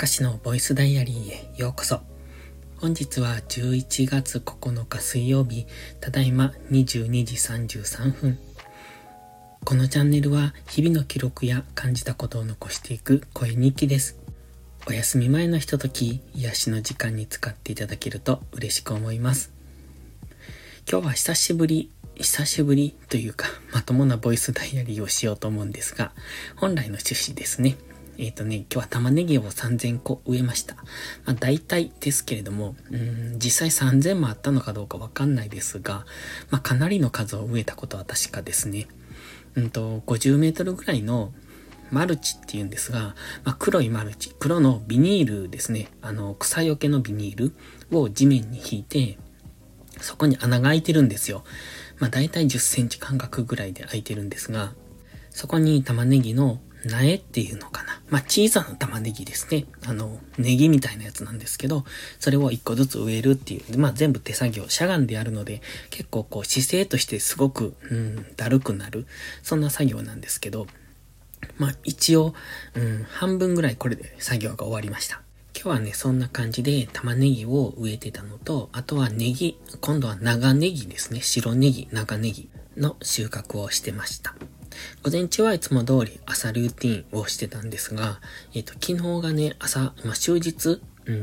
かしのボイスダイアリーへようこそ。本日は11月9日水曜日、ただいま22時33分。このチャンネルは日々の記録や感じたことを残していく声日記です。お休み前のひととき、癒しの時間に使っていただけると嬉しく思います。今日は久しぶりというかまともなボイスダイアリーをしようと思うんですが、本来の趣旨ですね。今日は玉ねぎを3000個植えました。大体ですけれども、実際3000もあったのかどうかわかんないですが、かなりの数を植えたことは確かですね。50メートルぐらいのマルチっていうんですが、黒いマルチ、黒のビニールですね。草よけのビニールを地面に引いて、そこに穴が開いてるんですよ。大体10センチ間隔ぐらいで開いてるんですが、そこに玉ねぎの苗っていうのかな。小さな玉ねぎですね。ネギみたいなやつなんですけど、それを一個ずつ植えるっていう。全部手作業、しゃがんでやるので、結構姿勢としてすごく、だるくなる。そんな作業なんですけど、一応、半分ぐらいこれで作業が終わりました。今日はね、そんな感じで玉ねぎを植えてたのと、あとはネギ、今度は長ネギですね。白ネギ、長ネギの収穫をしてました。午前中はいつも通り朝ルーティンをしてたんですが、昨日がね、朝、終日、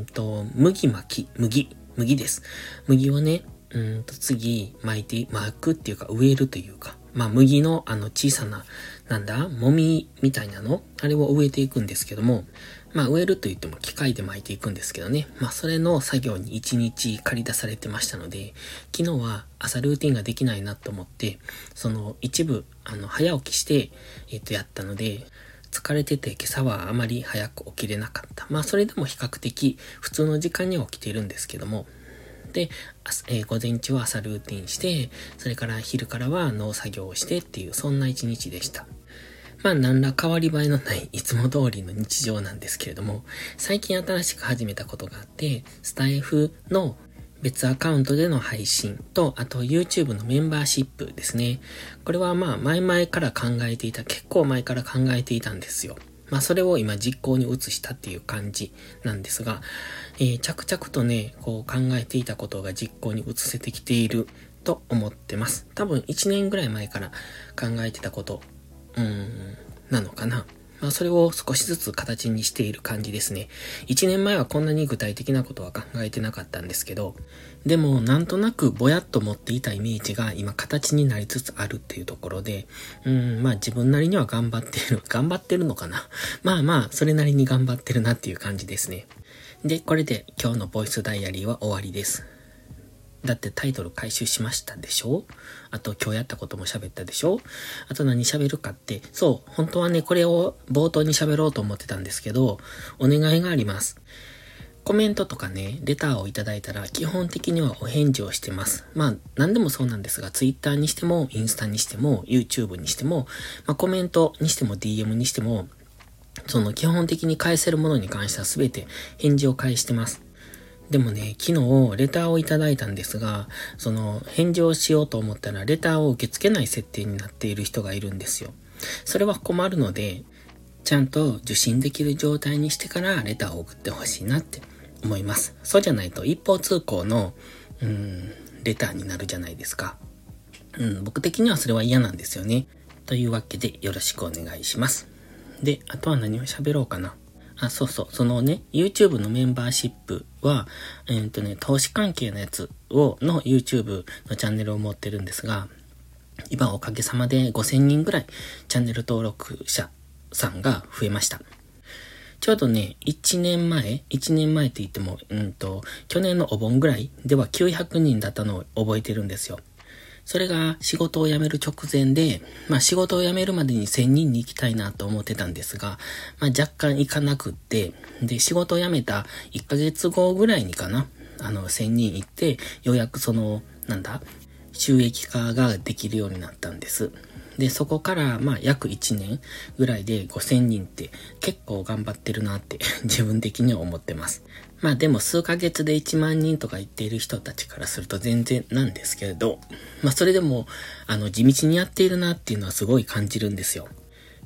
麦です。麦をね、次巻くっていうか植えるというか、麦の小さな、もみみたいなのあれを植えていくんですけども、植えると言っても機械で巻いていくんですけどね。それの作業に1日借り出されてましたので、昨日は朝ルーティンができないなと思って、その一部、早起きして、やったので、疲れてて今朝はあまり早く起きれなかった。それでも比較的普通の時間には起きているんですけども、で、午前中は朝ルーティンして、それから昼からは農作業をしてっていう、そんな一日でした。何ら変わり映えのないいつも通りの日常なんですけれども、最近新しく始めたことがあって、スタイフの別アカウントでの配信と、あと YouTube のメンバーシップですね。これは前々から結構前から考えていたんですよ。それを今実行に移したっていう感じなんですが、着々とね、考えていたことが実行に移せてきていると思ってます。多分1年ぐらい前から考えてたこと、なのかな。それを少しずつ形にしている感じですね。1年前はこんなに具体的なことは考えてなかったんですけど、でもなんとなくぼやっと持っていたイメージが今形になりつつあるっていうところで、自分なりには頑張ってるのかな。それなりに頑張ってるなっていう感じですね。で、これで今日のボイスダイアリーは終わりです。だってタイトル回収しましたでしょ？あと今日やったことも喋ったでしょ？あと何喋るかって、本当はね、これを冒頭に喋ろうと思ってたんですけど、お願いがあります。コメントとかね、レターをいただいたら基本的にはお返事をしてます。何でもそうなんですが、Twitter にしても、インスタにしても、YouTube にしても、コメントにしても DM にしても、基本的に返せるものに関しては全て返事を返してます。でもね、昨日レターをいただいたんですが、返事をしようと思ったらレターを受け付けない設定になっている人がいるんですよ。それは困るので、ちゃんと受信できる状態にしてからレターを送ってほしいなって思います。そうじゃないと一方通行の、レターになるじゃないですか。僕的にはそれは嫌なんですよね。というわけでよろしくお願いします。で、あとは何を喋ろうかな。YouTube のメンバーシップは、投資関係のやつの YouTube のチャンネルを持ってるんですが、今おかげさまで5000人ぐらいチャンネル登録者さんが増えました。ちょうどね、1年前って言っても、去年のお盆ぐらいでは900人だったのを覚えてるんですよ。それが仕事を辞める直前で、仕事を辞めるまでに1000人に行きたいなと思ってたんですが、若干行かなくって、で、仕事を辞めた1ヶ月後ぐらいにかな、1000人行って、ようやく収益化ができるようになったんです。で、そこから約1年ぐらいで5000人って結構頑張ってるなって自分的には思ってます。でも数ヶ月で1万人とか言っている人たちからすると全然なんですけれど、それでも地道にやっているなっていうのはすごい感じるんですよ。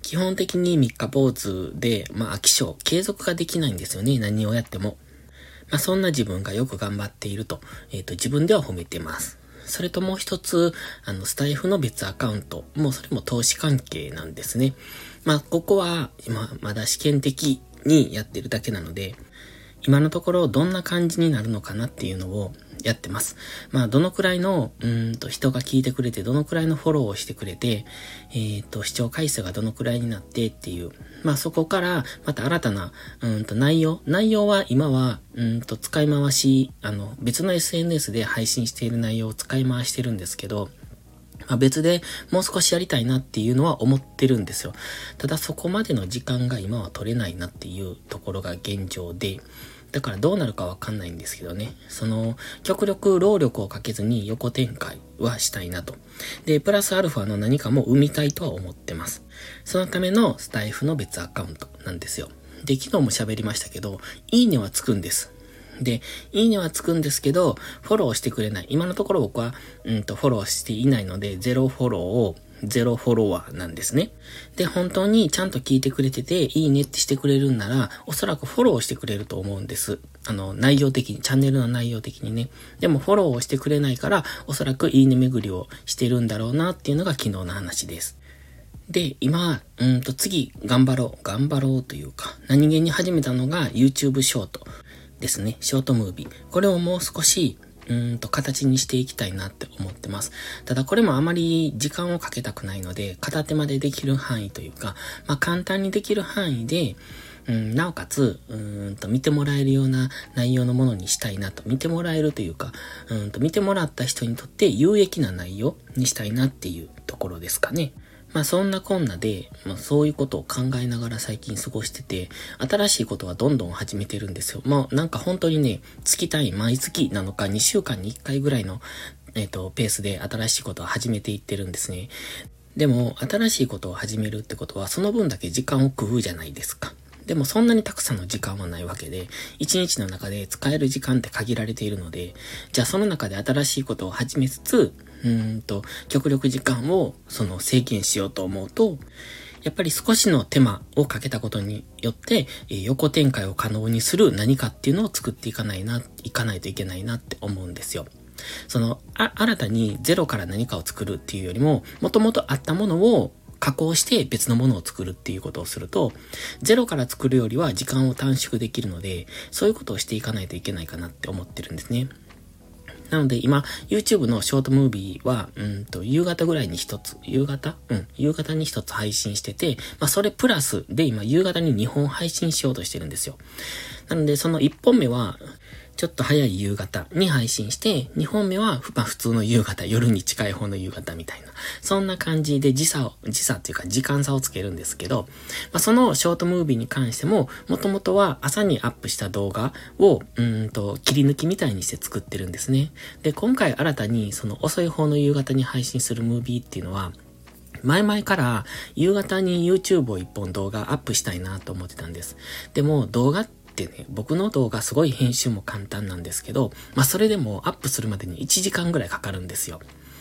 基本的に三日坊主で、飽き性、継続ができないんですよね。何をやっても。そんな自分がよく頑張っていると、自分では褒めてます。それともう一つ、スタイフの別アカウント。それも投資関係なんですね。ここは、まだ試験的にやってるだけなので、今のところどんな感じになるのかなっていうのをやってます。どのくらいの、人が聞いてくれて、どのくらいのフォローをしてくれて、視聴回数がどのくらいになってっていう。そこから、また新たな、内容は今は、使い回し、別の SNS で配信している内容を使い回してるんですけど、別でもう少しやりたいなっていうのは思ってるんですよ。ただそこまでの時間が今は取れないなっていうところが現状で、だからどうなるかわかんないんですけどね。極力労力をかけずに横展開はしたいなと。で、プラスアルファの何かも生みたいとは思ってます。そのためのスタイフの別アカウントなんですよ。で、昨日も喋りましたけど、いいねはつくんです。で、いいねはつくんですけど、フォローしてくれない。今のところ僕は、フォローしていないので、ゼロフォロワーなんですね。で、本当にちゃんと聞いてくれてて、いいねってしてくれるんなら、おそらくフォローしてくれると思うんです。内容的に、チャンネルの内容的にね。でもフォローをしてくれないから、おそらくいいね巡りをしてるんだろうなっていうのが昨日の話です。で、今、次、頑張ろうというか、何気に始めたのが YouTube ショートですね。ショートムービー。これをもう少し、形にしていきたいなって思ってます。ただこれもあまり時間をかけたくないので、片手までできる範囲というか、簡単にできる範囲で、なおかつ、見てもらえるような内容のものにしたいなと。見てもらえるというか、見てもらった人にとって有益な内容にしたいなっていうところですかね。そんなこんなで、そういうことを考えながら最近過ごしてて、新しいことはどんどん始めてるんですよ。なんか本当にね、月単位、毎月なのか2週間に1回ぐらいの、ペースで新しいことを始めていってるんですね。でも、新しいことを始めるってことは、その分だけ時間を食うじゃないですか。でもそんなにたくさんの時間はないわけで、一日の中で使える時間って限られているので、じゃあその中で新しいことを始めつつ、極力時間を制限しようと思うと、やっぱり少しの手間をかけたことによって、横展開を可能にする何かっていうのを作っていかないといけないなって思うんですよ。新たにゼロから何かを作るっていうよりも、もともとあったものを加工して別のものを作るっていうことをすると、ゼロから作るよりは時間を短縮できるので、そういうことをしていかないといけないかなって思ってるんですね。なので今、YouTube のショートムービーは、夕方ぐらいに夕方に一つ配信してて、それプラスで今、夕方に2本配信しようとしてるんですよ。なので、その1本目は、ちょっと早い夕方に配信して、2本目は、普通の夕方、夜に近い方の夕方みたいな。そんな感じで時差っていうか時間差をつけるんですけど、そのショートムービーに関しても、もともとは朝にアップした動画を、切り抜きみたいにして作ってるんですね。で、今回新たにその遅い方の夕方に配信するムービーっていうのは、前々から夕方に YouTube を1本動画アップしたいなと思ってたんです。でも動画ってね、僕の動画すごい編集も簡単なんですけど、それでもアップするまでに1時間ぐらいかかるんですよ。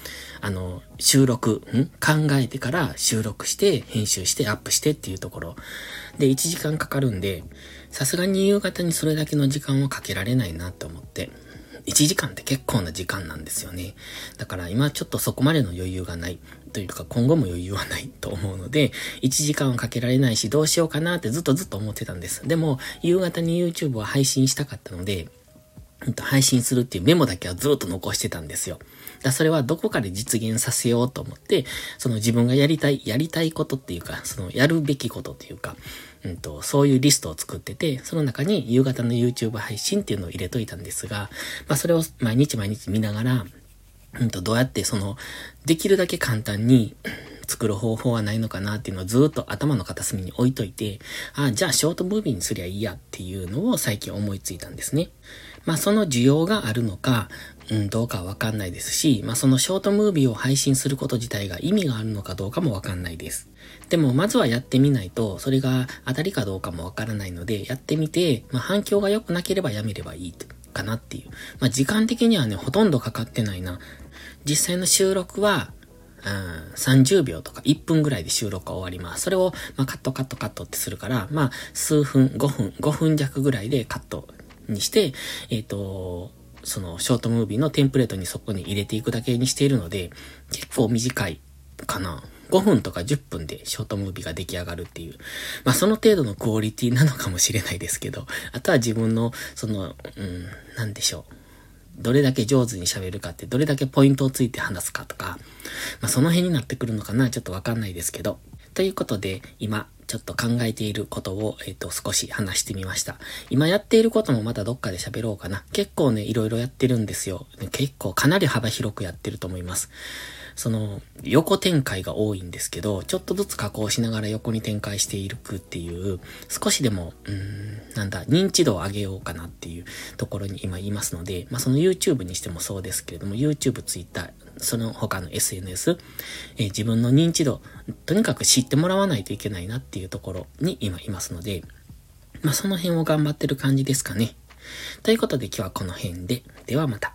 考えてから収録して、編集して、アップしてっていうところ。で、1時間かかるんで、さすがに夕方にそれだけの時間をかけられないなと思って。1時間って結構な時間なんですよね。だから今ちょっとそこまでの余裕がない。というか今後も余裕はないと思うので、1時間はかけられないしどうしようかなってずっと思ってたんです。でも、夕方に YouTube を配信したかったので、配信するっていうメモだけはずっと残してたんですよ。それはどこかで実現させようと思って、自分がやりたいことっていうか、やるべきことっていうか、そういうリストを作ってて、その中に夕方の YouTube 配信っていうのを入れといたんですが、それを毎日見ながら、どうやってできるだけ簡単に作る方法はないのかなっていうのをずっと頭の片隅に置いといて、じゃあショートムービーにすりゃいいやっていうのを最近思いついたんですね。その需要があるのか、どうかはわかんないですし、そのショートムービーを配信すること自体が意味があるのかどうかもわかんないです。でもまずはやってみないと、それが当たりかどうかもわからないので、やってみて、反響が良くなければやめればいいかなっていう。時間的にはね、ほとんどかかってないな。実際の収録は、 30秒とか1分ぐらいで収録が終わります。それを、カットってするから、数分、5分弱ぐらいでカットにして、そのショートムービーのテンプレートにそこに入れていくだけにしているので、結構短いかな。5分とか10分でショートムービーが出来上がるっていう。その程度のクオリティなのかもしれないですけど、あとは自分の、なんでしょう。どれだけ上手に喋るかって、どれだけポイントをついて話すかとか、その辺になってくるのかな、ちょっとわかんないですけど。ということで、今、ちょっと考えていることを、少し話してみました。今やっていることもまたどっかで喋ろうかな。結構ね、いろいろやってるんですよ。結構かなり幅広くやってると思います。横展開が多いんですけど、ちょっとずつ加工しながら横に展開していくっていう、少しでも、認知度を上げようかなっていうところに今いますので、その YouTube にしてもそうですけれども、YouTube、Twitter、その他の SNS、自分の認知度、とにかく知ってもらわないといけないなっていうところに今いますので、その辺を頑張ってる感じですかね。ということで今日はこの辺で、ではまた。